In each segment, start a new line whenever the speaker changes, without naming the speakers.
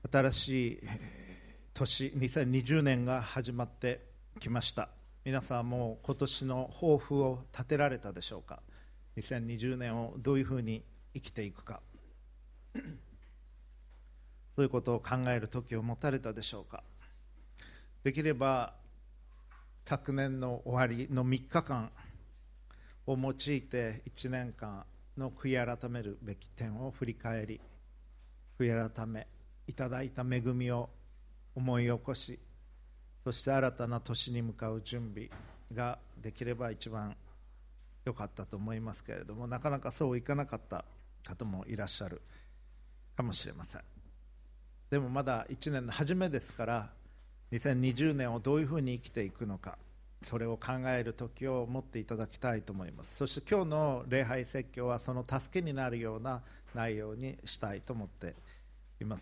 新しい年2020年が始まってきました。皆さんも今年の抱負を立てられたでしょうか。2020年をどういうふうに生きていくかそういうことを考える時を持たれたでしょうか。できれば昨年の終わりの3日間を用いて1年間の悔い改めるべき点を振り返り、悔い改めいただいた恵みを思い起こし、そして新たな年に向かう準備ができれば一番良かったと思いますけれども、なかなかそういかなかった方もいらっしゃるかもしれません。でもまだ1年の初めですから、2020年をどういうふうに生きていくのか、それを考える時を持っていただきたいと思います。そして今日の礼拝説教はその助けになるような内容にしたいと思っています。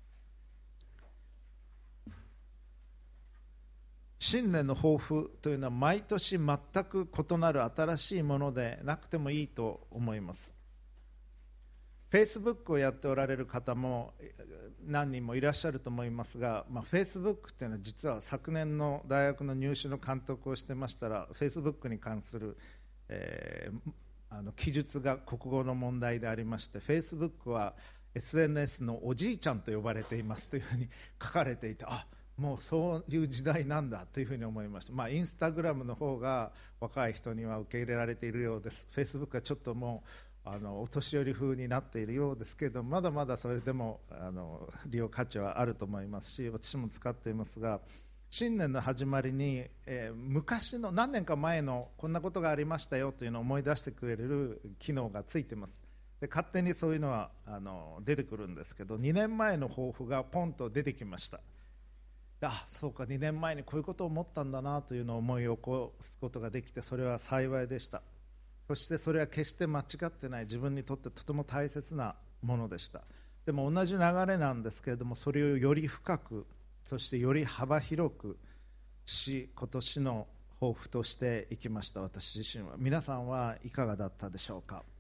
新年の抱負というのは毎年全く異なる新しいものでなくてもいいと思います。Facebook をやっておられる方も何人もいらっしゃると思いますが、Facebook っていうのは実は昨年の大学の入試の監督をしてましたら Facebook に関する、記述が国語の問題でありまして、 Facebook は SNS のおじいちゃんと呼ばれていますというふうに書かれていて、もうそういう時代なんだというふうに思いました。インスタグラムの方が若い人には受け入れられているようです。 Facebook はちょっともうお年寄り風になっているようですけど、まだまだそれでも利用価値はあると思いますし、私も使っていますが、新年の始まりに、昔の何年か前のこんなことがありましたよというのを思い出してくれる機能がついています。で勝手にそういうのは出てくるんですけど、2年前の抱負がポンと出てきました。そうか、2年前にこういうことを思ったんだなというのを思い起こすことができて、それは幸いでした。そしてそれは決して間違ってない、自分にとってとても大切なものでした。でも同じ流れなんですけれども、それをより深く、そしてより幅広くし、今年の抱負としていきました。私自身は。皆さんはいかがだったでしょうか。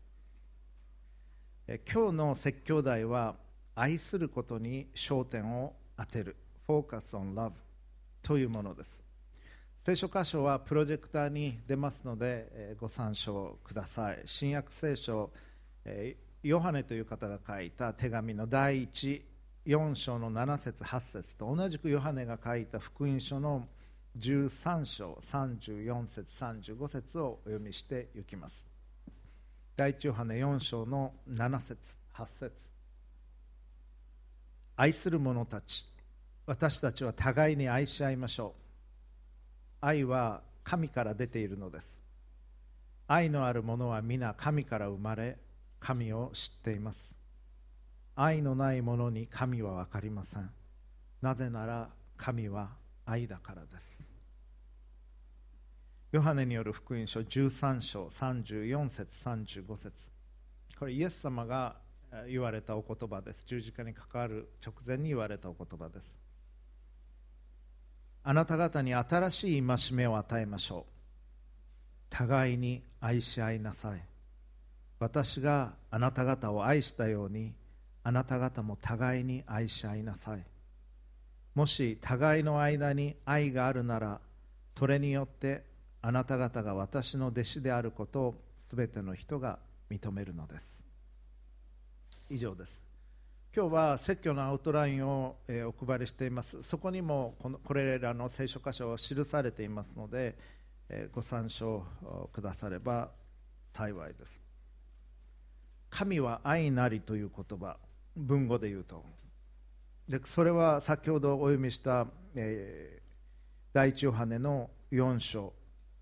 今日の説教題は愛することに焦点を当てる、Focus on Love というものです。聖書箇所はプロジェクターに出ますので、ご参照ください。新約聖書、ヨハネという方が書いた手紙の第4章の7節8節と同じくヨハネが書いた福音書の13章34節35節をお読みしていきます。第一ヨハネ4章の7節8節、愛する者たち、私たちは互いに愛し合いましょう。愛は神から出ているのです。愛のある者は皆神から生まれ、神を知っています。愛のない者に神は分かりません。なぜなら神は愛だからです。ヨハネによる福音書13章34節35節、これイエス様が言われたお言葉です。十字架にかかる直前に言われたお言葉です。あなた方に新しい戒めを与えましょう。互いに愛し合いなさい。私があなた方を愛したように、あなた方も互いに愛し合いなさい。もし互いの間に愛があるなら、それによってあなた方が私の弟子であることをすべての人が認めるのです。以上です。今日は説教のアウトラインをお配りしています。そこにもこれらの聖書箇所を記されていますので、ご参照くだされば幸いです。神は愛なりという言葉、文語で言うと、それは先ほどお読みした、第一ヨハネの4章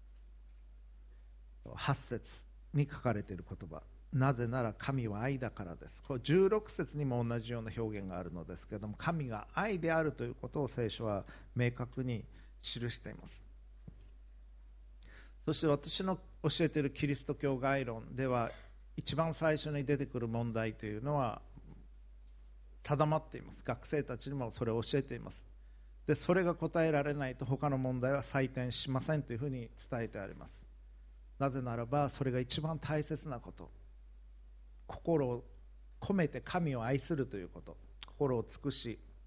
8節に書かれている言葉、なぜなら神は愛だからです。これ16節にも同じような表現があるのですけれども、神が愛であるということを聖書は明確に記しています。そして私の教えているキリスト教概論では、一番最初に出てくる問題というのは定まっています。学生たちにもそれを教えています。でそれが答えられないと他の問題は採点しませんというふうに伝えてあります。なぜならばそれが一番大切なこと、心を込めて神を愛するということ、心を尽くし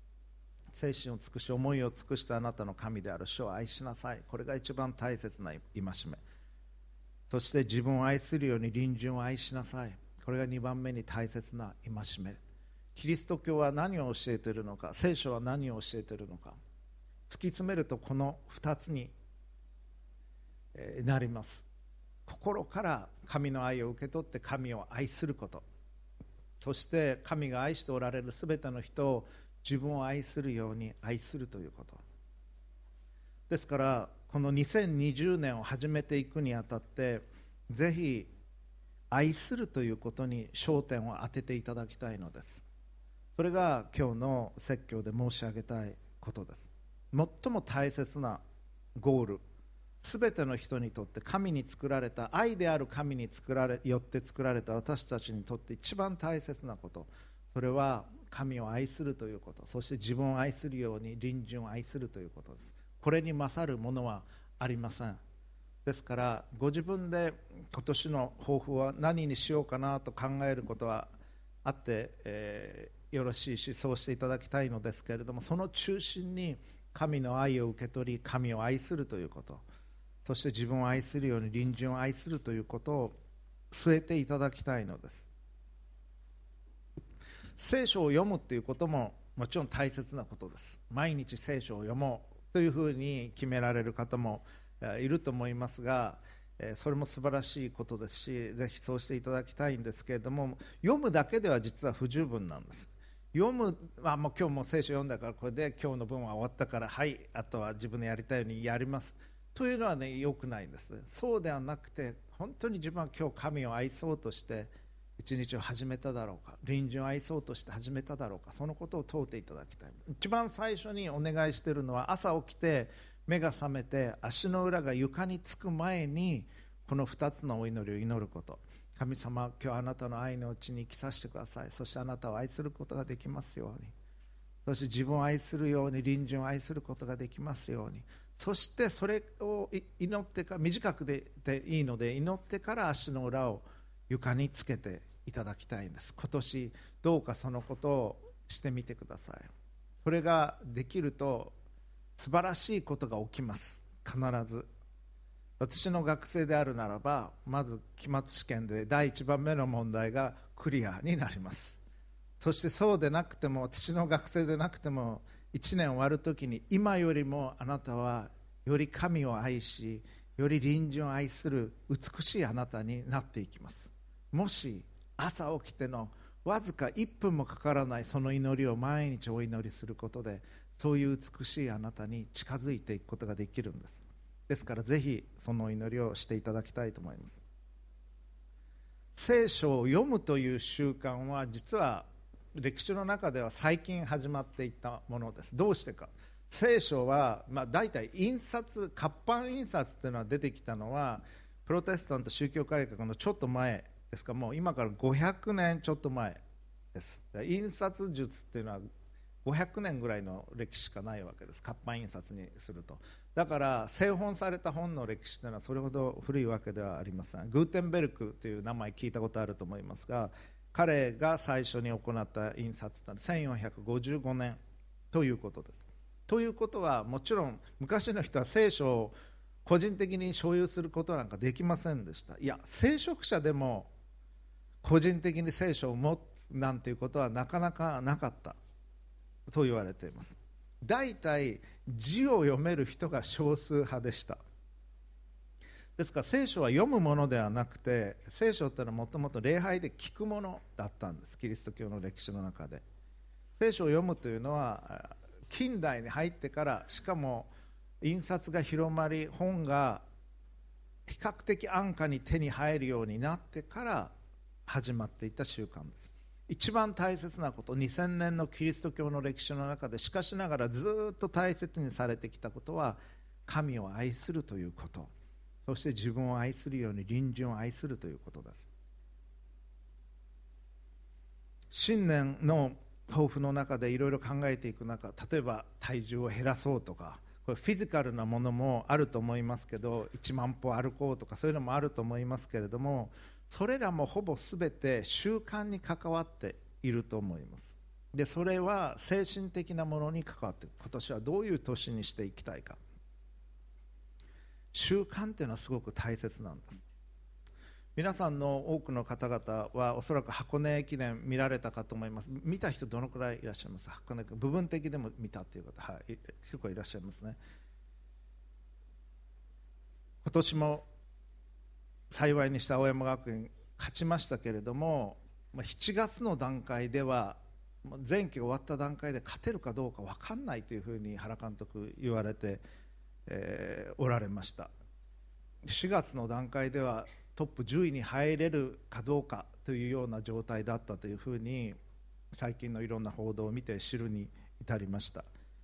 精神を尽くし思いを尽くしたあなたの神である主を愛しなさい。これが一番大切な戒め。そして自分を愛するように隣人を愛しなさい。これが2番目に大切な戒め。キリスト教は何を教えているのか、聖書は何を教えているのか、突き詰めるとこの2つになります。心から神の愛を受け取って神を愛すること、そして神が愛しておられるすべての人を自分を愛するように愛するということですから、この2020年を始めていくにあたってぜひ愛するということに焦点を当てていただきたいのです。それが今日の説教で申し上げたいことです。最も大切なゴール、すべての人にとって神に作られた、愛である神によって作られた私たちにとって一番大切なこと、それは神を愛するということ、そして自分を愛するように隣人を愛するということです。これに勝るものはありません。ですからご自分で今年の抱負は何にしようかなと考えることはあって、よろしいし、そうしていただきたいのですけれども、その中心に神の愛を受け取り神を愛するということ、そして自分を愛するように隣人を愛するということを据えていただきたいのです。聖書を読むということももちろん大切なことです。毎日聖書を読もうというふうに決められる方もいると思いますが、それも素晴らしいことですし、ぜひそうしていただきたいんですけれども、読むだけでは実は不十分なんです。もう今日も聖書読んだからこれで今日の分は終わったから、はい、あとは自分のやりたいようにやりますというのはね、良くないんです。そうではなくて、本当に自分は今日神を愛そうとして一日を始めただろうか、隣人を愛そうとして始めただろうか、そのことを問うていただきたい。一番最初にお願いしているのは、朝起きて目が覚めて足の裏が床につく前にこの2つのお祈りを祈ること。神様、今日あなたの愛のうちに生きさせてください。そしてあなたを愛することができますように、そして自分を愛するように隣人を愛することができますように、そしてそれを祈ってから、短くでいいので祈ってから足の裏を床につけていただきたいんです。今年どうかそのことをしてみてください。それができると素晴らしいことが起きます。必ず。私の学生であるならば、まず期末試験で第1番目の問題がクリアになります。そしてそうでなくても、私の学生でなくても、1年終わるときに今よりもあなたはより神を愛し、より隣人を愛する美しいあなたになっていきます。もし朝起きてのわずか1分もかからないその祈りを毎日お祈りすることで、そういう美しいあなたに近づいていくことができるんです。ですからぜひその祈りをしていただきたいと思います。聖書を読むという習慣は実は歴史の中では最近始まっていったものです。どうしてか。聖書は、大体活版印刷というのは出てきたのはプロテスタント宗教改革のちょっと前ですから、もう今から500年ちょっと前です。印刷術っていうのは500年ぐらいの歴史しかないわけです。活版印刷にすると。だから製本された本の歴史というのはそれほど古いわけではありません。グーテンベルクという名前聞いたことあると思いますが、彼が最初に行った印刷というのは1455年ということです。ということは、もちろん昔の人は聖書を個人的に所有することなんかできませんでした。いや、聖職者でも個人的に聖書を持つなんていうことはなかなかなかったと言われています。大体字を読める人が少数派でした。ですから聖書は読むものではなくて、聖書というのはもともと礼拝で聞くものだったんです。キリスト教の歴史の中で聖書を読むというのは近代に入ってから、しかも印刷が広まり本が比較的安価に手に入るようになってから始まっていった習慣です。一番大切なこと、2000年のキリスト教の歴史の中でしかしながらずっと大切にされてきたことは、神を愛するということ、そして自分を愛するように隣人を愛するということです。新年の抱負の中でいろいろ考えていく中、例えば体重を減らそうとか、これフィジカルなものもあると思いますけど、1万歩歩こうとかそういうのもあると思いますけれども、それらもほぼ全て習慣に関わっていると思います。 でそれは精神的なものに関わっている。今年はどういう年にしていきたいか。習慣っていうのはすごく大切なんです。皆さんの多くの方々はおそらく箱根駅伝見られたかと思います。見た人どのくらいいらっしゃいます？箱根部分的でも見たという方、はい、結構いらっしゃいますね。今年も幸いにして青山学院勝ちましたけれども、7月の段階では前期終わった段階で勝てるかどうか分かんないというふうに原監督言われて、おられました。4月の段階ではトップ10位に入れるかどうかというような状態だったというふうに最近のいろんな報道を見て知るに至りました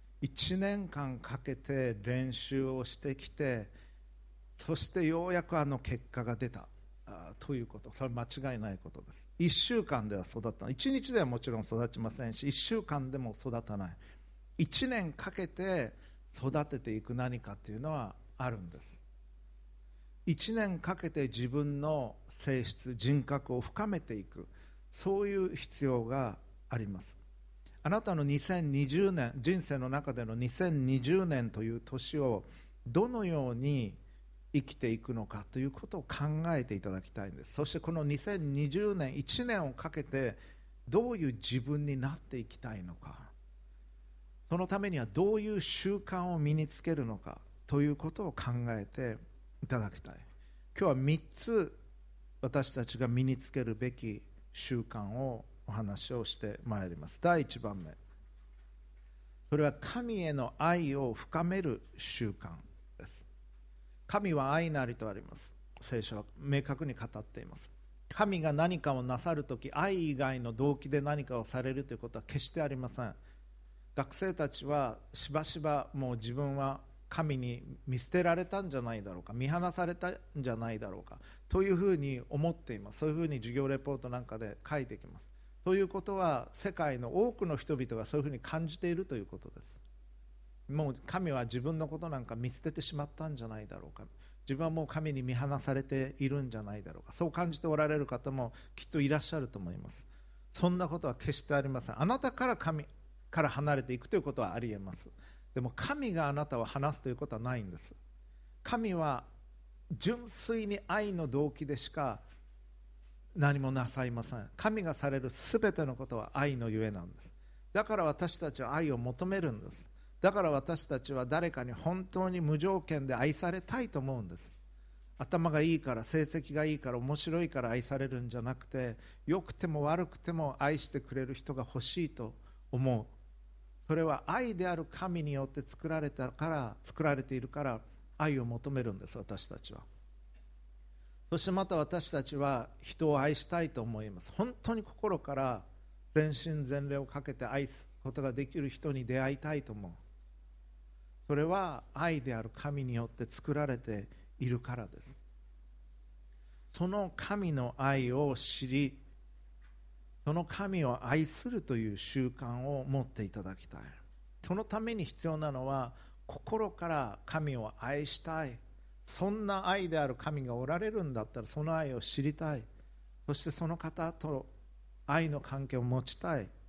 。1年間かけて練習をしてきて、そしてようやく結果が出たということ、それは間違いないことです。1週間では育たない、1日ではもちろん育ちませんし、1週間でも育たない、1年かけて育てていく何かっていうのはあるんです。1年かけて自分の性質、人格を深めていく、そういう必要があります。あなたの2020年、人生の中での2020年という年をどのように生きていくのかということを考えていただきたいんです。そしてこの2020年1年をかけてどういう自分になっていきたいのか、そのためにはどういう習慣を身につけるのかということを考えていただきたい。今日は3つ私たちが身につけるべき習慣をお話をしてまいります。第1番目、それは神への愛を深める習慣です。神は愛なりとあります。聖書は明確に語っています。神が何かをなさるとき、愛以外の動機で何かをされるということは決してありません。学生たちはしばしばもう自分は神に見捨てられたんじゃないだろうか、見放されたんじゃないだろうかというふうに思っています。そういうふうに授業レポートなんかで書いてきます。ということは世界の多くの人々がそういうふうに感じているということです。もう神は自分のことなんか見捨ててしまったんじゃないだろうか、自分はもう神に見放されているんじゃないだろうか、そう感じておられる方もきっといらっしゃると思います。そんなことは決してありません。あなたから神から離れていくということはありえます。でも神があなたを離すということはないんです。神は純粋に愛の動機でしか何もなさいません。神がされるすべてのことは愛のゆえなんです。だから私たちは愛を求めるんです。だから私たちは誰かに本当に無条件で愛されたいと思うんです。頭がいいから、成績がいいから、面白いから愛されるんじゃなくて、良くても悪くても愛してくれる人が欲しいと思う。それは愛である神によって作られているから愛を求めるんです。私たちは。そしてまた私たちは人を愛したいと思います。本当に心から全身全霊をかけて愛すことができる人に出会いたいと思う。それは愛である神によって作られているからです。その神の愛を知り、その神を愛するという習慣を持っていただきたい。そのために必要なのは心から神を愛したい。そんな愛である神がおられるんだったらその愛を知りたい。そしてその方と愛の関係を持ちたい。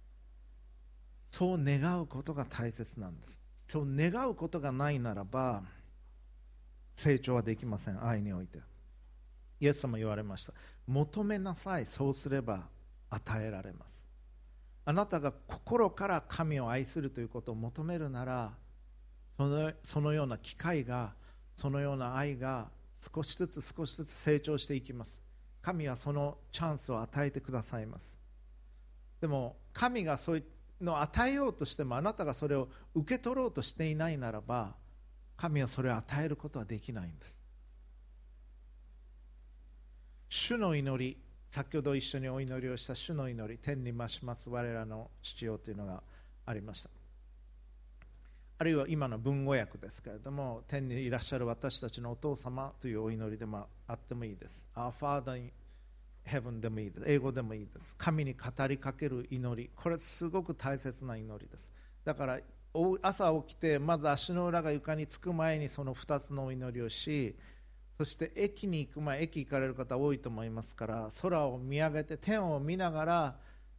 そう願うことが大切なんです。そう願うことがないならば成長はできません。愛においてイエス様言われました。求めなさい、そうすれば与えられます。あなたが心から神を愛するということを求めるなら、そのような機会が、そのような愛が少しずつ成長していきます。神はそのチャンスを与えてくださいます。でも神がそういうのを与えようとしても、あなたがそれを受け取ろうとしていないならば、神はそれを与えることはできないんです。主の祈り、先ほど一緒にお祈りをした主の祈り、天に増します我らの父よというのがありました。あるいは今の文語訳ですけれども、天にいらっしゃる私たちのお父様というお祈りでもあってもいいです。 Our Father in Heaven でもいいです。英語でもいいです。神に語りかける祈り、これすごく大切な祈りです。だから朝起きてまず足の裏が床につく前にその2つのお祈りをし、そして駅に行く前、駅行かれる方多いと思いますから、空を見上げて天を見ながら、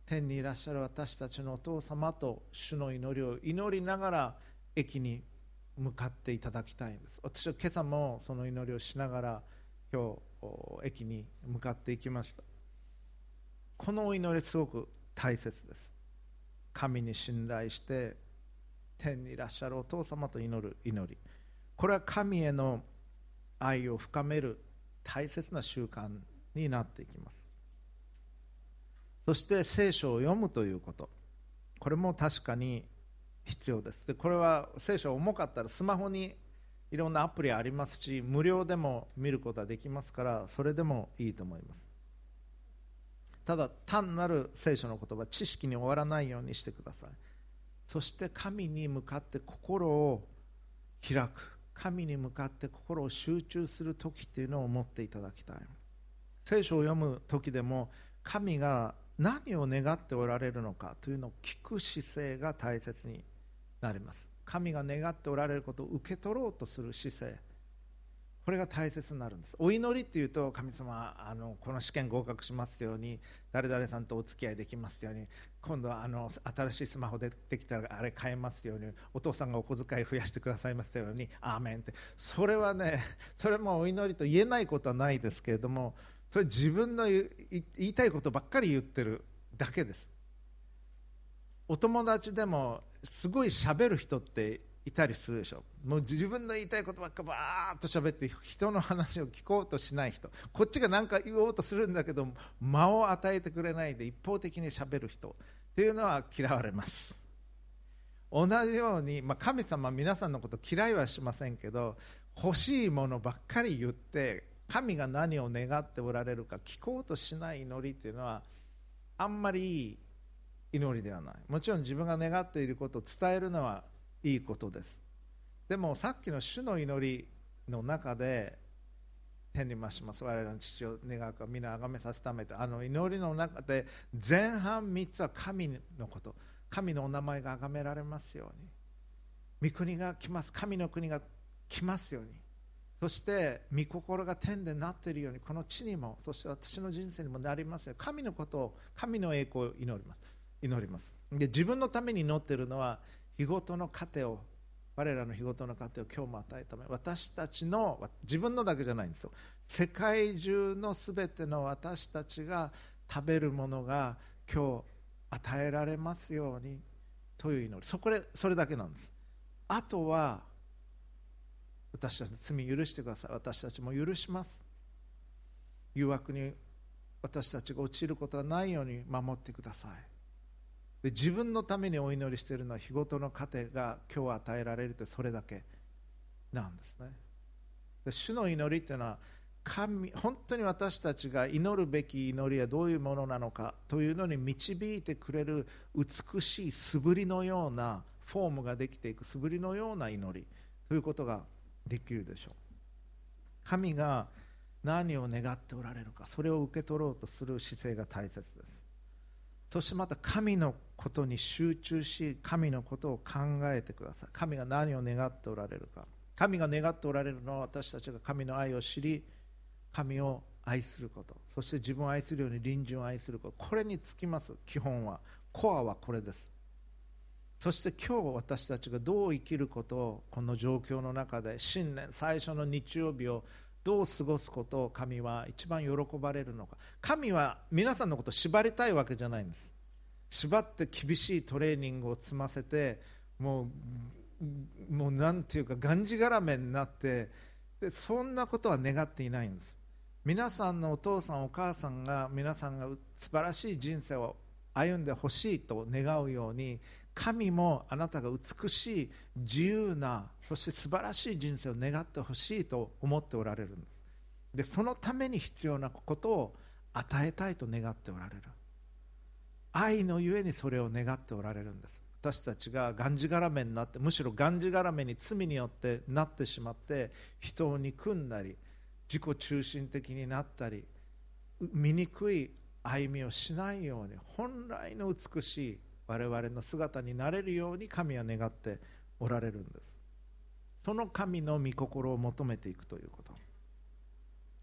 天にいらっしゃる私たちのお父様と主の祈りを祈りながら駅に向かっていただきたいんです。私は今朝もその祈りをしながら今日駅に向かっていきました。このお祈りすごく大切です。神に信頼して天にいらっしゃるお父様と祈る祈り、これは神への愛を深める大切な習慣になっていきます。そして聖書を読むということ、これも確かに必要です。でこれは聖書重かったらスマホにいろんなアプリありますし、無料でも見ることはできますから、それでもいいと思います。ただ単なる聖書の言葉、知識に終わらないようにしてください。そして神に向かって心を開く、神に向かって心を集中する時っていうのを持っていただきたい。聖書を読む時でも神が何を願っておられるのかというのを聞く姿勢が大切になります。神が願っておられることを受け取ろうとする姿勢、これが大切になるんです。お祈りっていうと、神様この試験合格しますように、誰々さんとお付き合いできますように、今度は新しいスマホできたらあれ買えますように、お父さんがお小遣い増やしてくださいますように、アーメンって、それはね、それもお祈りと言えないことはないですけれども、それ自分の言いたいことばっかり言ってるだけです。お友達でもすごい喋る人っていたりするでしょ。もう自分の言いたいことばっかバーッと喋って人の話を聞こうとしない人、こっちが何か言おうとするんだけど間を与えてくれないで一方的に喋る人っていうのは嫌われます。同じように、神様皆さんのこと嫌いはしませんけど、欲しいものばっかり言って神が何を願っておられるか聞こうとしない祈りっていうのはあんまりいい祈りではない。もちろん自分が願っていることを伝えるのはいいことです。でもさっきの主の祈りの中で、天に増します我々の父を願うか皆あがめさせためて、祈りの中で前半3つは神のこと、神のお名前があがめられますように、御国が来ます、神の国が来ますように、そして御心が天でなっているようにこの地にも、そして私の人生にもなりますよ。神のことを、神の栄光を祈ります。で自分のために祈っているのは日ごとの糧を、我らの日ごとの糧を今日も与えため、私たちの、自分のだけじゃないんですよ、世界中のすべての私たちが食べるものが今日与えられますようにという祈り、それだけなんです。あとは私たちの罪許してください、私たちも許します、誘惑に私たちが陥ることがないように守ってください。で自分のためにお祈りしているのは日ごとの糧が今日与えられるという、それだけなんですね。で主の祈りというのは本当に私たちが祈るべき祈りはどういうものなのかというのに導いてくれる美しい素振りのようなフォームができていく、素振りのような祈りということができるでしょう。神が何を願っておられるか、それを受け取ろうとする姿勢が大切です。そしてまた神のことに集中し、神のことを考えてください。神が何を願っておられるか。神が願っておられるのは私たちが神の愛を知り、神を愛すること、そして自分を愛するように隣人を愛すること、これにつきます。基本は、コアはこれです。そして今日私たちがどう生きることを、この状況の中で新年最初の日曜日をどう過ごすことを神は一番喜ばれるのか。神は皆さんのことを縛りたいわけじゃないんです。縛って厳しいトレーニングを積ませて、もうなんていうかがんじがらめになって、でそんなことは願っていないんです。皆さんのお父さんお母さんが、皆さんが素晴らしい人生を歩んでほしいと願うように、神もあなたが美しい自由な、そして素晴らしい人生を願ってほしいと思っておられるんです。でそのために必要なことを与えたいと願っておられる。愛のゆえにそれを願っておられるんです。私たちががんじがらめになって、むしろがんじがらめに罪によってなってしまって、人を憎んだり自己中心的になったり、醜い歩みをしないように、本来の美しい我々の姿になれるように神は願っておられるんです。その神の御心を求めていくということ。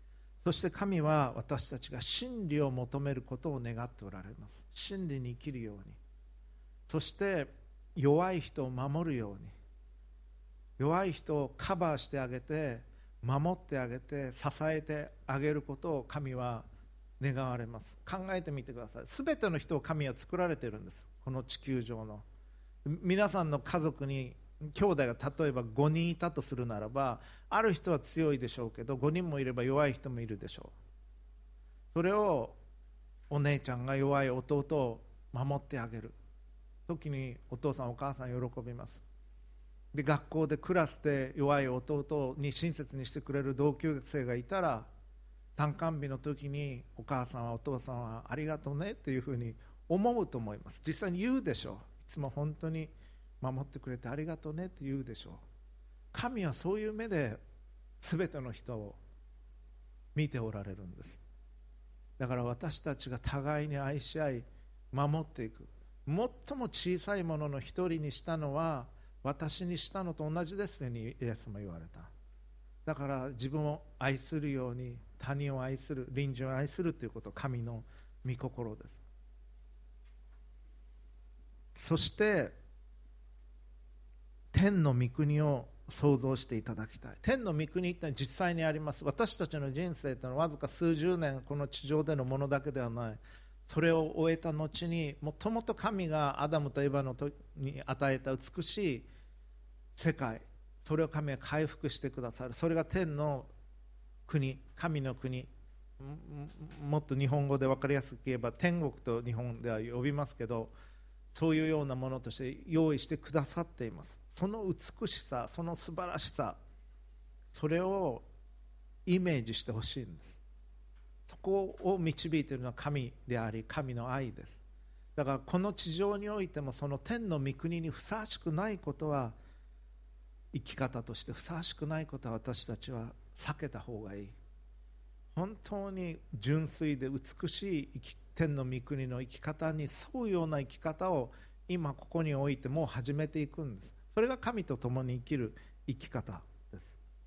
そして神は私たちが真理を求めることを願っておられます。真理に生きるように、そして弱い人を守るように、弱い人をカバーしてあげて、守ってあげて、支えてあげることを神は願われます。考えてみてください。すべての人を神は作られているんです。この地球上の皆さんの家族に兄弟が例えば5人いたとするならば、ある人は強いでしょうけど、5人もいれば弱い人もいるでしょう。それをお姉ちゃんが弱い弟を守ってあげる時に、お父さんお母さん喜びます。で、学校でクラスで弱い弟に親切にしてくれる同級生がいたら、参観日の時にお母さんはお父さんはありがとうねっていうふうに思うと思います。実際に言うでしょう。いつも本当に守ってくれてありがとうねって言うでしょう。神はそういう目で全ての人を見ておられるんです。だから私たちが互いに愛し合い守っていく。最も小さいものの一人にしたのは私にしたのと同じですね、イエスも言われた。だから自分を愛するように他人を愛する、隣人を愛するということ、神の御心です。そして天の御国を想像していただきたい。天の御国って実際にあります。私たちの人生というのはわずか数十年この地上でのものだけではない。それを終えた後に、もともと神がアダムとエバの時に与えた美しい世界、それを神は回復してくださる。それが天の国、神の国、もっと日本語で分かりやすく言えば天国と日本では呼びますけど、そういうようなものとして用意してくださっています。その美しさ、その素晴らしさ、それをイメージしてほしいんです。そこを導いているのは神であり、神の愛です。だからこの地上においてもその天の御国にふさわしくないことは、生き方としてふさわしくないことは私たちは避けた方がいい。本当に純粋で美しい天の御国の生き方に沿うような生き方を今ここにおいてもう始めていくんです。それが神と共に生きる生き方です。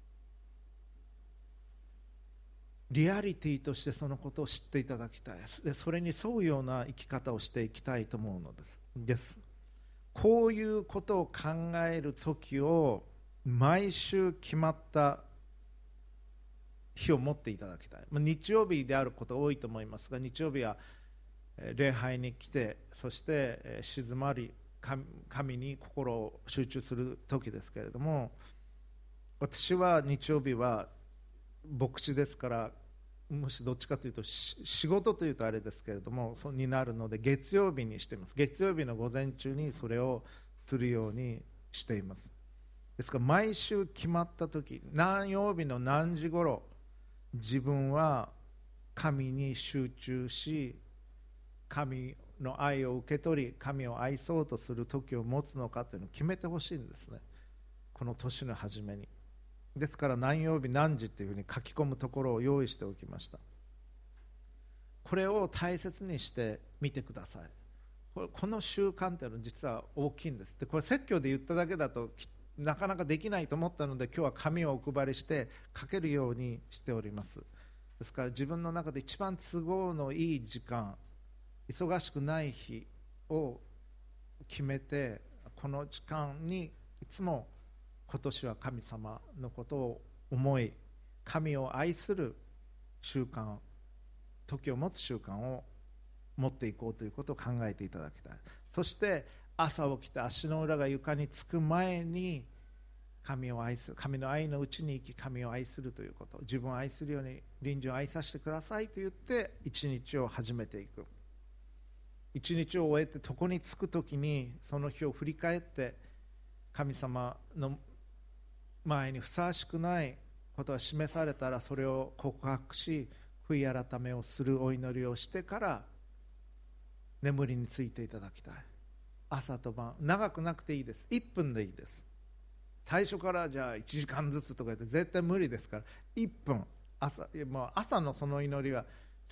リアリティとしてそのことを知っていただきたいです。で、それに沿うような生き方をしていきたいと思うのです。こういうことを考える時を毎週決まった日を持っていただきたい。日曜日であることが多いと思いますが、日曜日は礼拝に来て、そして静まり神に心を集中する時ですけれども、私は日曜日は牧師ですから、もしどっちかというと仕事というとあれですけれどもになるので、月曜日にしています。月曜日の午前中にそれをするようにしています。ですから毎週決まった時、何曜日の何時頃自分は神に集中し、神の愛を受け取り、神を愛そうとする時を持つのかというのを決めてほしいんですね、この年の初めに。ですから何曜日何時というふうに書き込むところを用意しておきました。これを大切にしてみてください。この習慣というのは実は大きいんです。で、これ説教で言っただけだとなかなかできないと思ったので、今日は紙をお配りして書けるようにしております。ですから自分の中で一番都合のいい時間、忙しくない日を決めて、この時間にいつも今年は神様のことを思い、神を愛する習慣、時を持つ習慣を持っていこうということを考えていただきたい。そして朝起きて足の裏が床につく前に神を愛する、神の愛のうちに生き、神を愛するということ、自分を愛するように隣人を愛させてくださいと言って一日を始めていく。一日を終えて床につくときにその日を振り返って、神様の前にふさわしくないことが示されたらそれを告白し、悔い改めをするお祈りをしてから眠りについていただきたい。朝と晩、長くなくていいです。1分でいいです。最初からじゃあ1時間ずつとか言って絶対無理ですから、1分、もう朝のその祈りは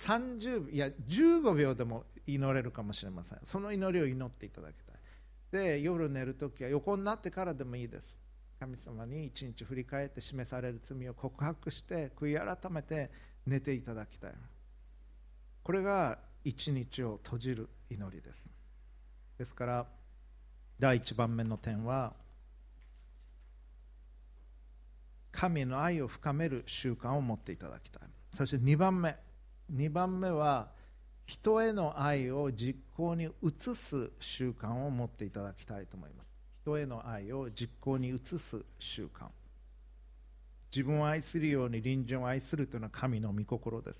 30、いや15秒でも祈れるかもしれません。その祈りを祈っていただきたい。で、夜寝るときは横になってからでもいいです。神様に一日振り返って示される罪を告白して悔い改めて寝ていただきたい。これが一日を閉じる祈りです。ですから第1番目の点は、神の愛を深める習慣を持っていただきたい。そして2番目は、人への愛を実行に移す習慣を持っていただきたいと思います。人への愛を実行に移す習慣。自分を愛するように隣人を愛するというのは神の御心です。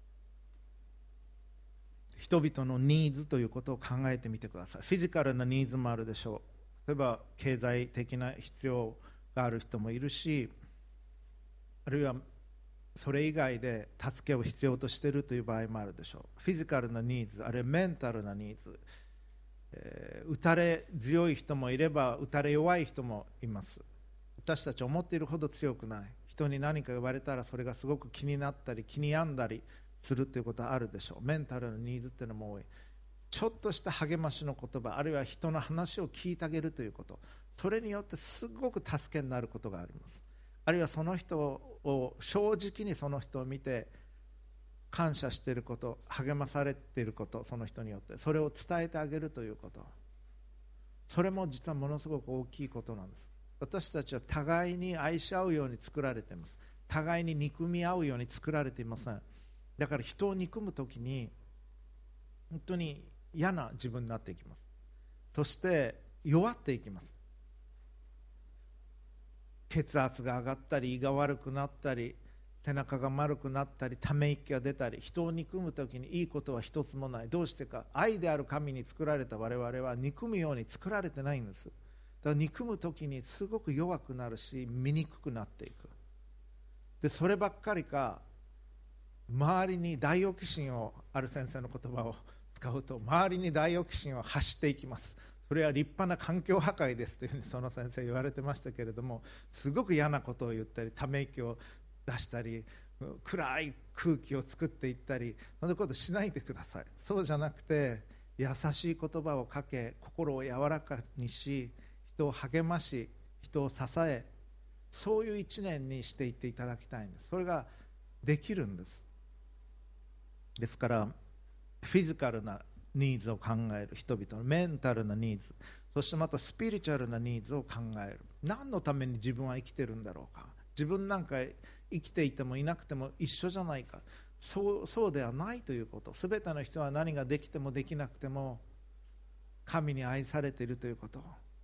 人々のニーズということを考えてみてください。フィジカルなニーズもあるでしょう。例えば経済的な必要がある人もいるし、あるいはそれ以外で助けを必要としているという場合もあるでしょう。フィジカルなニーズ、あるいはメンタルなニーズ、打たれ強い人もいれば打たれ弱い人もいます。私たち思っているほど強くない。人に何か言われたらそれがすごく気になったり気に病んだりするということはあるでしょう。メンタルなニーズっていうのも多い。ちょっとした励ましの言葉、あるいは人の話を聞いてあげるということ、それによってすごく助けになることがあります。あるいはその人を正直にその人を見て感謝していること、励まされていること、その人によってそれを伝えてあげるということ、それも実はものすごく大きいことなんです。私たちは互いに愛し合うように作られています。互いに憎み合うように作られていません。だから人を憎むときに本当に嫌な自分になっていきます。そして弱っていきます。血圧が上がったり、胃が悪くなったり、背中が丸くなったり、ため息が出たり、人を憎むときにいいことは一つもない。どうしてか、愛である神に作られた我々は憎むように作られてないんです。だから憎むときにすごく弱くなるし、醜くなっていく。でそればっかりか、周りにダイオキシンを、ある先生の言葉を使うと、周りにダイオキシンを発していきます。それは立派な環境破壊ですというふうにその先生言われてましたけれども、すごく嫌なことを言ったり、ため息を出したり、暗い空気を作っていったり、そんなことしないでください。そうじゃなくて、優しい言葉をかけ、心を柔らかにし、人を励まし、人を支え、そういう一年にしていっていただきたいんです。それができるんです。ですからフィジカルなニーズを考える人々のメンタルなニーズ、そしてまたスピリチュアルなニーズを考える。何のために自分は生きてるんだろうか。自分なんか生きていてもいなくても一緒じゃないか。そうではないということ。すべての人は何ができてもできなくても神に愛されているということ、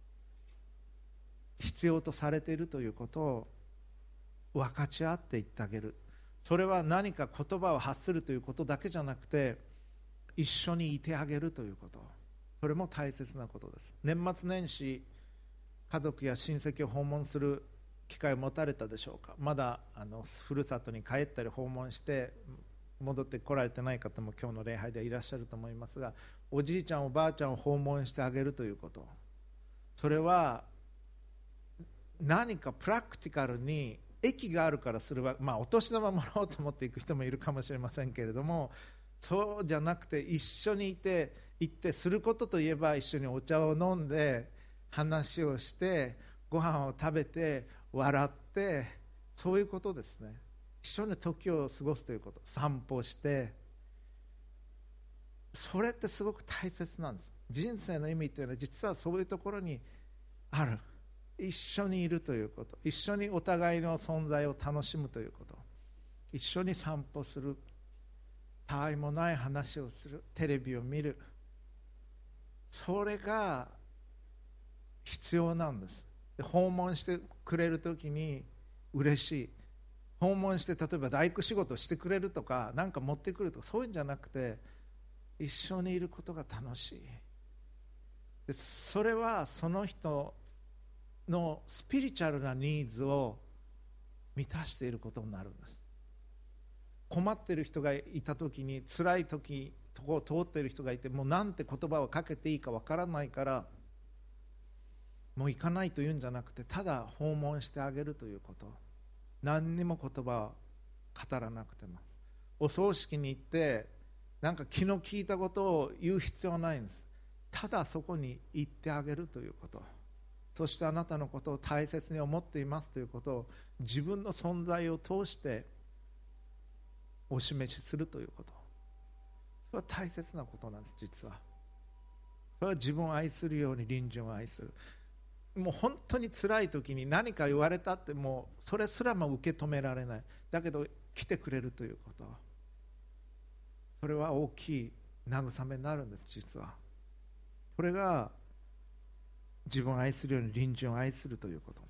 必要とされているということを分かち合っていってあげる。それは何か言葉を発するということだけじゃなくて、一緒にいてあげるということ、それも大切なことです。年末年始、家族や親戚を訪問する機会を持たれたでしょうか。まだふるさとに帰ったり訪問して戻ってこられてない方も今日の礼拝でいらっしゃると思いますが、おじいちゃんおばあちゃんを訪問してあげるということ、それは何かプラクティカルに益があるからするわ、お年玉もらおうと思っていく人もいるかもしれませんけれども、そうじゃなくて一緒に行ってすることといえば、一緒にお茶を飲んで話をしてご飯を食べて笑って、そういうことですね。一緒に時を過ごすということ、散歩して、それってすごく大切なんです。人生の意味というのは実はそういうところにある。一緒にいるということ、一緒にお互いの存在を楽しむということ、一緒に散歩する、たわいもない話をする、テレビを見る、それが必要なんです。で訪問してくれるときに嬉しい。訪問して例えば大工仕事をしてくれるとか、何か持ってくるとか、そういうんじゃなくて、一緒にいることが楽しい。でそれはその人のスピリチュアルなニーズを満たしていることになるんです。困っている人がいたときに、辛い時とこを通っている人がいて、もうなんて言葉をかけていいかわからないから、もう行かないというんじゃなくて、ただ訪問してあげるということ。何にも言葉を語らなくても、お葬式に行ってなんか気の利いたことを言う必要はないんです。ただそこに行ってあげるということ、そしてあなたのことを大切に思っていますということを自分の存在を通してお示しするということ、それは大切なことなんです。実はそれは自分を愛するように隣人を愛する。もう本当に辛い時に何か言われたって、もうそれすらも受け止められない。だけど来てくれるということ、それは大きい慰めになるんです。実はこれが自分を愛するように隣人を愛するということ。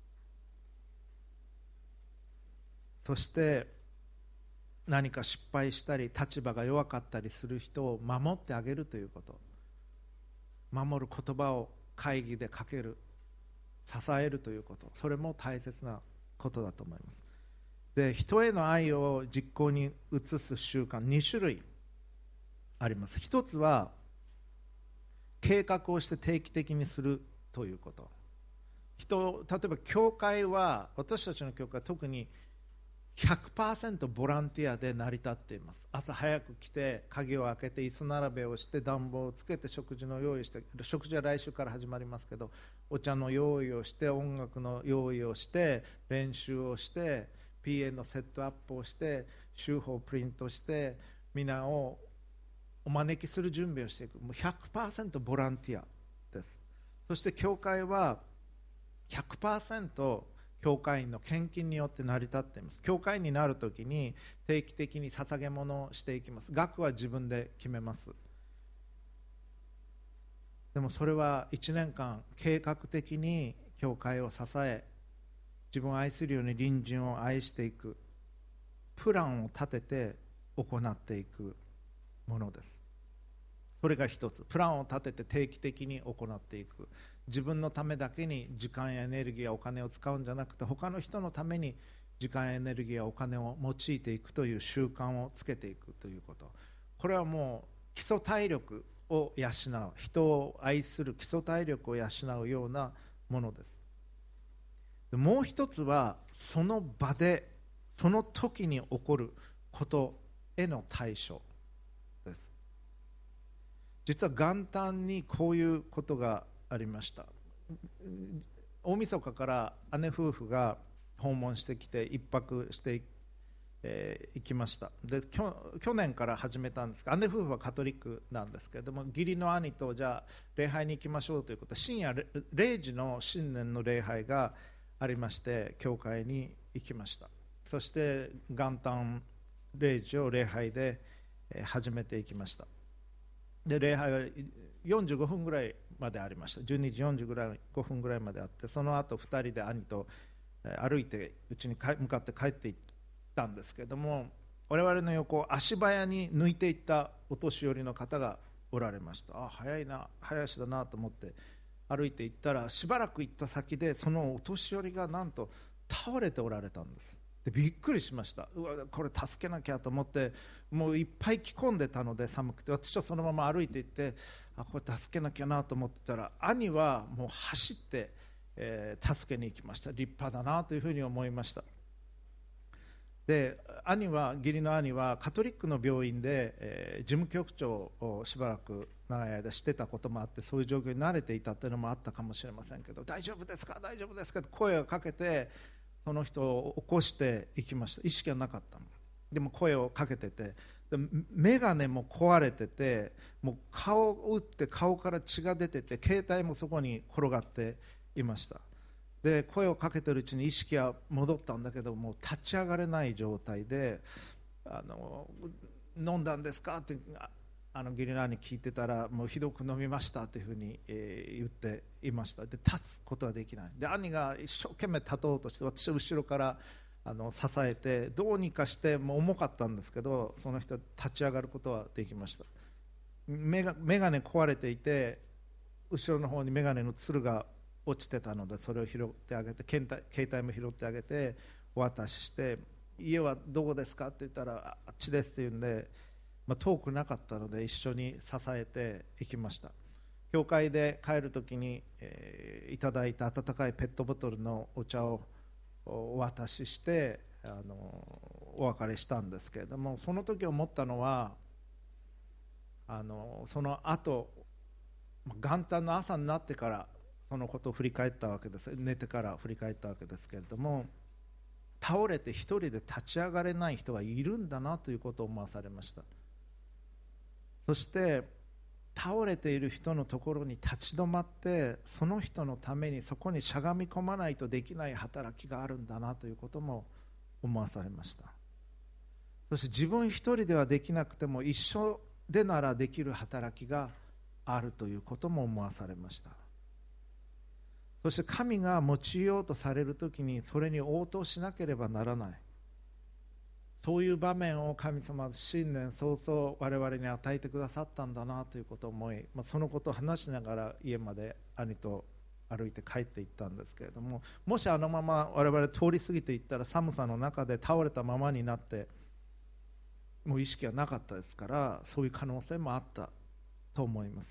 そして何か失敗したり立場が弱かったりする人を守ってあげるということ、守る言葉を会議でかける、支えるということ、それも大切なことだと思います。で、人への愛を実行に移す習慣、2種類あります。一つは計画をして定期的にするということ。例えば教会は、私たちの教会は特に100% ボランティアで成り立っています。朝早く来て鍵を開けて椅子並べをして暖房をつけて食事の用意して、食事は来週から始まりますけど、お茶の用意をして音楽の用意をして練習をして PA のセットアップをして週報をプリントして皆をお招きする準備をしていく。もう 100% ボランティアです。そして教会は 100% 教会員の献金によって成り立っています。教会員になるときに定期的に捧げ物をしていきます。額は自分で決めます。でもそれは1年間計画的に教会を支え、自分を愛するように隣人を愛していくプランを立てて行っていくものです。それが一つ、プランを立てて定期的に行っていく。自分のためだけに時間やエネルギーやお金を使うんじゃなくて、他の人のために時間やエネルギーやお金を用いていくという習慣をつけていくということ、これはもう基礎体力を養う、人を愛する基礎体力を養うようなものです。もう一つはその場でその時に起こることへの対処です。実は元旦にこういうことがありました。大晦日から姉夫婦が訪問してきて一泊して行きました。で、去年から始めたんですが、姉夫婦はカトリックなんですけれども、義理の兄とじゃあ礼拝に行きましょうということで、深夜0時の新年の礼拝がありまして、教会に行きました。そして元旦0時を礼拝で始めていきました。で、礼拝は45分ぐらいまでありました。12時45分ぐらいまであって、その後2人で兄と歩いて家に向かって帰っていったんですけれども、我々の横を足早に抜いていったお年寄りの方がおられました。早いな、早足だなと思って歩いていったら、しばらく行った先でそのお年寄りがなんと倒れておられたんです。で、びっくりしました。うわ、これ助けなきゃと思って、もういっぱい着込んでたので寒くて、私はそのまま歩いていって、これ助けなきゃなと思ってたら、兄はもう走って、助けに行きました。立派だなというふうに思いました。で、義理の兄はカトリックの病院で、事務局長をしばらく長い間してたこともあって、そういう状況に慣れていたというのもあったかもしれませんけど、大丈夫ですか大丈夫ですかと声をかけてその人を起こしていきました。意識はなかったのでも声をかけてて、で眼鏡も壊れてて、もう顔を打って顔から血が出てて、携帯もそこに転がっていました。で、声をかけてるうちに意識は戻ったんだけど、もう立ち上がれない状態で、飲んだんですかって義理の兄に聞いてたら、もうひどく飲みましたというふうに、言っていました。で、立つことはできない。で、兄が一生懸命立とうとして、私は後ろから支えて、どうにかして、もう重かったんですけど、その人は立ち上がることはできました。眼鏡壊れていて、後ろの方に眼鏡のつるが落ちてたので、それを拾ってあげて、携帯も拾ってあげてお渡しして、家はどこですかって言ったら、あっちですって言うんで、遠くなかったので一緒に支えていきました。教会で帰るときに、いただいた温かいペットボトルのお茶をお渡ししてお別れしたんですけれども、その時思ったのは、その後元旦の朝になってからそのことを振り返ったわけです。寝てから振り返ったわけですけれども、 倒れて一人で立ち上がれない人がいるんだなということを思わされました。そして倒れている人のところに立ち止まって、その人のためにそこにしゃがみ込まないとできない働きがあるんだなということも思わされました。そして自分一人ではできなくても一緒でならできる働きがあるということも思わされました。そして神が用いようとされるときにそれに応答しなければならない、そういう場面を神様は新年早々我々に与えてくださったんだなということを思い、そのことを話しながら家まで兄と歩いて帰っていったんですけれども、もしあのまま我々通り過ぎていったら寒さの中で倒れたままになってもう意識はなかったですから、そういう可能性もあったと思います。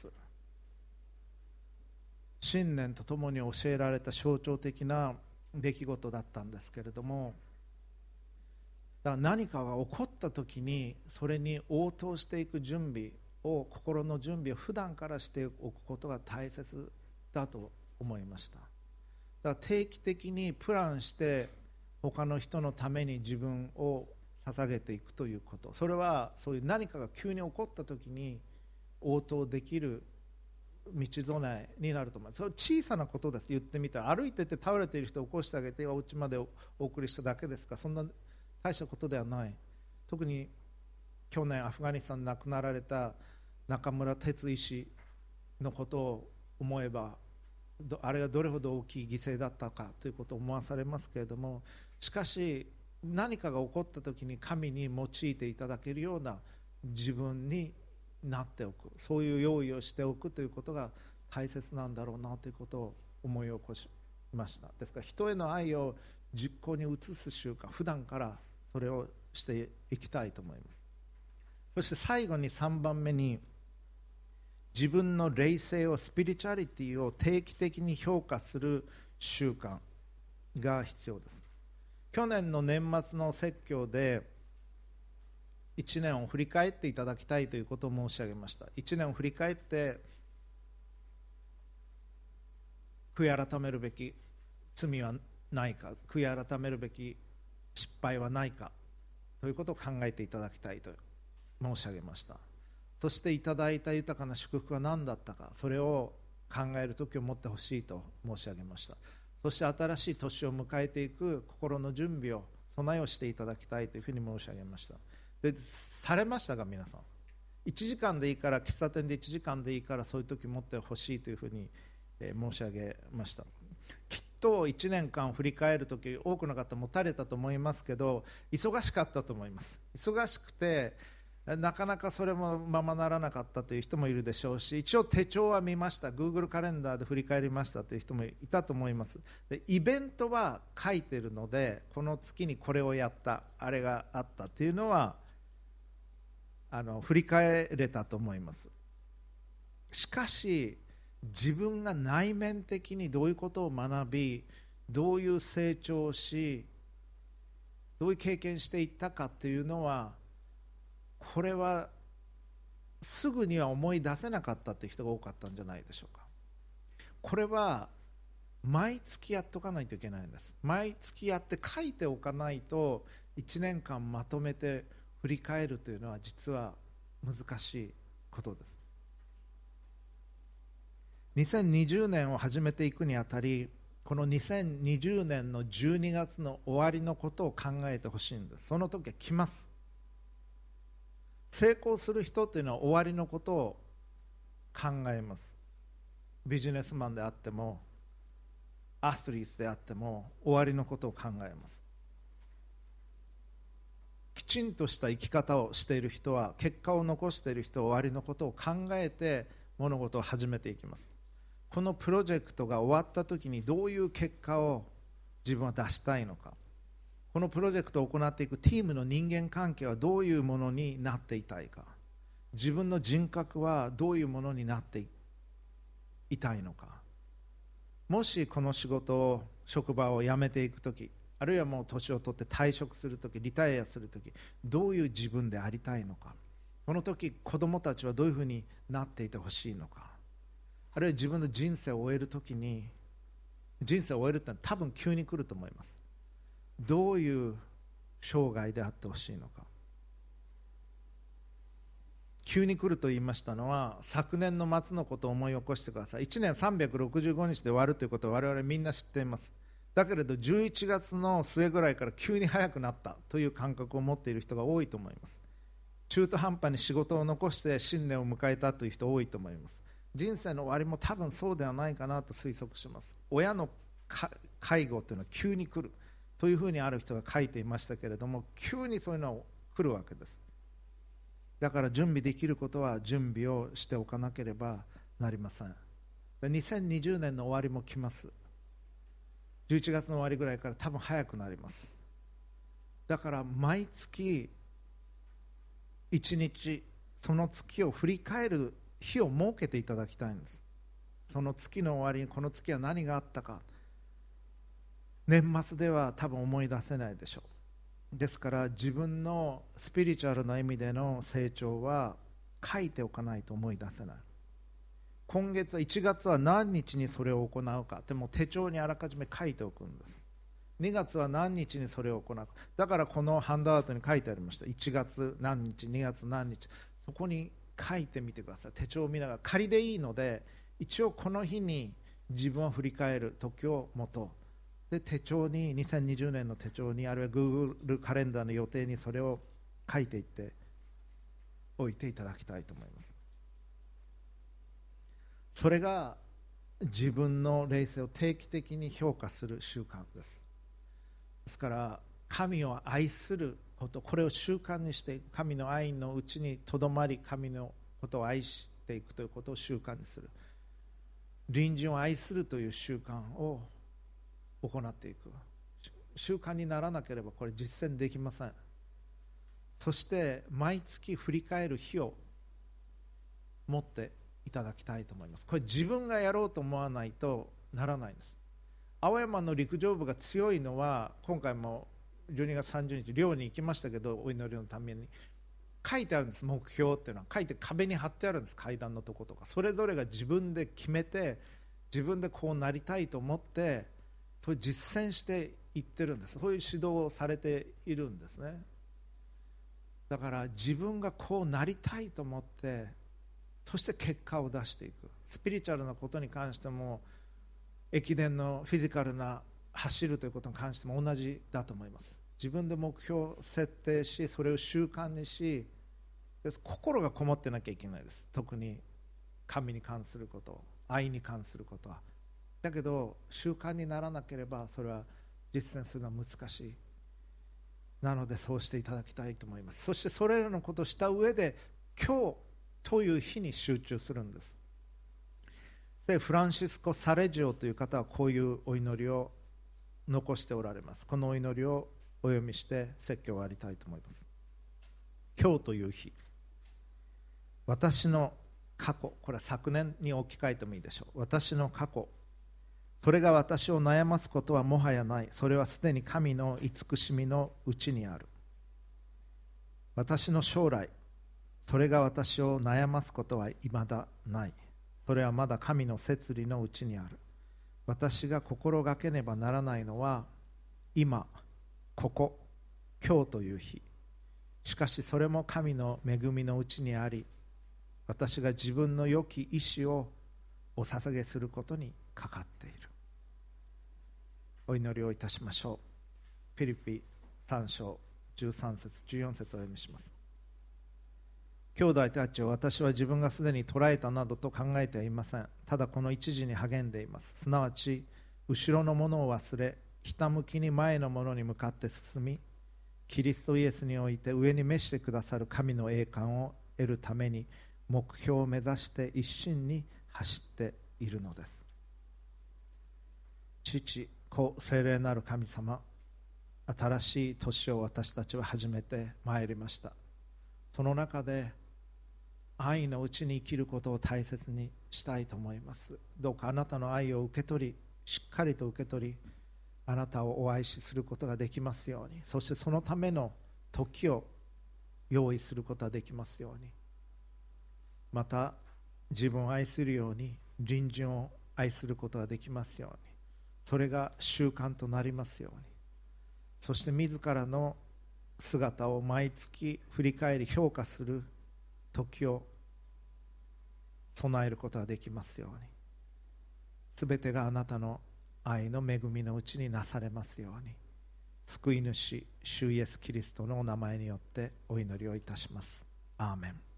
新年とともに教えられた象徴的な出来事だったんですけれども、だから何かが起こった時にそれに応答していく準備を、心の準備を普段からしておくことが大切だと思いました。だから定期的にプランして他の人のために自分を捧げていくということ、それはそういう何かが急に起こった時に応答できる道備えになると思います。それ小さなことです。言ってみたら歩いてて倒れている人を起こしてあげてお家までお送りしただけですから、そんな大したことではない。特に去年アフガニスタンで亡くなられた中村哲医師のことを思えば、あれがどれほど大きい犠牲だったかということを思わされますけれども、しかし何かが起こった時に神に用いていただけるような自分になっておく、そういう用意をしておくということが大切なんだろうなということを思い起こしました。ですから人への愛を実行に移す習慣、普段からそれをしていきたいと思います。そして最後に3番目に、自分の霊性を、スピリチュアリティを定期的に評価する習慣が必要です。去年の年末の説教で1年を振り返っていただきたいということを申し上げました。1年を振り返って悔い改めるべき罪はないか、悔い改めるべき失敗はないかということを考えていただきたいと申し上げました。そしていただいた豊かな祝福は何だったか、それを考える時を持ってほしいと申し上げました。そして新しい年を迎えていく心の準備を、備えをしていただきたいというふうに申し上げました。で、されましたが皆さん、1時間でいいから、喫茶店で1時間でいいからそういう時持ってほしいというふうに申し上げました。きっと1年間振り返る時、多くの方持たれたと思いますけど、忙しかったと思います。忙しくてなかなかそれもままならなかったという人もいるでしょうし、一応手帳は見ました、 Google カレンダーで振り返りましたという人もいたと思います。で、イベントは書いているので、この月にこれをやった、あれがあったというのは振り返れたと思います。しかし自分が内面的にどういうことを学び、どういう成長をし、どういう経験していったかというのは、これはすぐには思い出せなかったという人が多かったんじゃないでしょうか。これは毎月やっとかないといけないんです。毎月やって書いておかないと、1年間まとめて振り返るというのは実は難しいことです。2020年を始めていくにあたり、この2020年の12月の終わりのことを考えてほしいんです。その時は来ます。成功する人というのは終わりのことを考えます。ビジネスマンであってもアスリートであっても終わりのことを考えます。きちんとした生き方をしている人は、結果を残している人は終わりのことを考えて物事を始めていきます。このプロジェクトが終わった時にどういう結果を自分は出したいのか、このプロジェクトを行っていくチームの人間関係はどういうものになっていたいか、自分の人格はどういうものになっていたいのか、もしこの仕事を、職場を辞めていくとき、あるいはもう年を取って退職するとき、リタイアするとき、どういう自分でありたいのか、この時子供たちはどういうふうになっていてほしいのか、あるいは自分の人生を終えるときに、人生を終えるってのは多分急に来ると思います。 どういう生涯であってほしいのか。急に来ると言いましたのは、昨年の末のことを思い起こしてください。1年365日で終わるということを我々みんな知っています。だけれど11月の末ぐらいから急に早くなったという感覚を持っている人が多いと思います。中途半端に仕事を残して新年を迎えたという人多いと思います。人生の終わりも多分そうではないかなと推測します。親の介護というのは急に来るというふうにある人が書いていましたけれども、急にそういうのが来るわけです。だから準備できることは準備をしておかなければなりません。2020年の終わりも来ます。11月の終わりぐらいから多分早くなります。だから毎月1日その月を振り返る日を設けていただきたいんです。その月の終わりにこの月は何があったか、年末では多分思い出せないでしょう。ですから自分のスピリチュアルな意味での成長は書いておかないと思い出せない。今月は1月は何日にそれを行うか、でも手帳にあらかじめ書いておくんです。2月は何日にそれを行うか。だからこのハンドアウトに書いてありました。1月何日、2月何日、そこに書いてみてください。手帳を見ながら、仮でいいので一応この日に自分を振り返る時を持とう。で手帳に、2020年の手帳に、あるいは Google カレンダーの予定にそれを書いていっておいていただきたいと思います。それが自分の霊性を定期的に評価する習慣です。ですから神を愛すること、これを習慣にしていく、神の愛のうちにとどまり、神のことを愛していくということを習慣にする、隣人を愛するという習慣を行っていく。習慣にならなければこれ実践できません。そして毎月振り返る日を持っていただきたいと思います。これ自分がやろうと思わないとならないんです。青山の陸上部が強いのは、今回も12月30日寮に行きましたけど、お祈りのために書いてあるんです。目標っていうのは書いて壁に貼ってあるんです。階段のとことか、それぞれが自分で決めて、自分でこうなりたいと思ってそれ実践していってるんです。そういう指導をされているんですね。だから自分がこうなりたいと思って、そして結果を出していく。スピリチュアルなことに関しても、駅伝のフィジカルな走るということに関しても同じだと思います。自分で目標を設定し、それを習慣にし、心がこもってなきゃいけないです。特に神に関すること、愛に関することは。だけど習慣にならなければそれは実践するのは難しい。なのでそうしていただきたいと思います。そしてそれらのことをした上で、今日という日に集中するんです。でフランシスコ・サレジオという方はこういうお祈りを残しておられます。このお祈りをお読みして説教を終わりたいと思います。今日という日、私の過去、これは昨年に置き換えてもいいでしょう。私の過去、それが私を悩ますことはもはやない。それはすでに神の慈しみのうちにある。私の将来、それが私を悩ますことは未だない。それはまだ神の摂理のうちにある。私が心がけねばならないのは、今、ここ、今日という日。しかしそれも神の恵みのうちにあり、私が自分の良き意志をお捧げすることにかかっている。お祈りをいたしましょう。フィリピ3章13節14節をお読みします。兄弟たちを私は自分がすでに捕らえたなどと考えてはいません。ただこの一時に励んでいます。すなわち後ろのものを忘れ、ひたむきに前のものに向かって進み、キリストイエスにおいて上に召してくださる神の栄冠を得るために目標を目指して一心に走っているのです。父、子、聖霊なる神様、新しい年を私たちは始めてまいりました。その中で愛のうちに生きることを大切にしたいと思います。どうかあなたの愛を受け取り、しっかりと受け取り、あなたをお愛しすることができますように、そしてそのための時を用意することができますように、また自分を愛するように隣人を愛することができますように、それが習慣となりますように、 そして自らの姿を毎月振り返り評価する時を備えることができますように、すべてがあなたの愛の恵みのうちになされますように、救い主主イエスキリストのお名前によってお祈りをいたします。アーメン。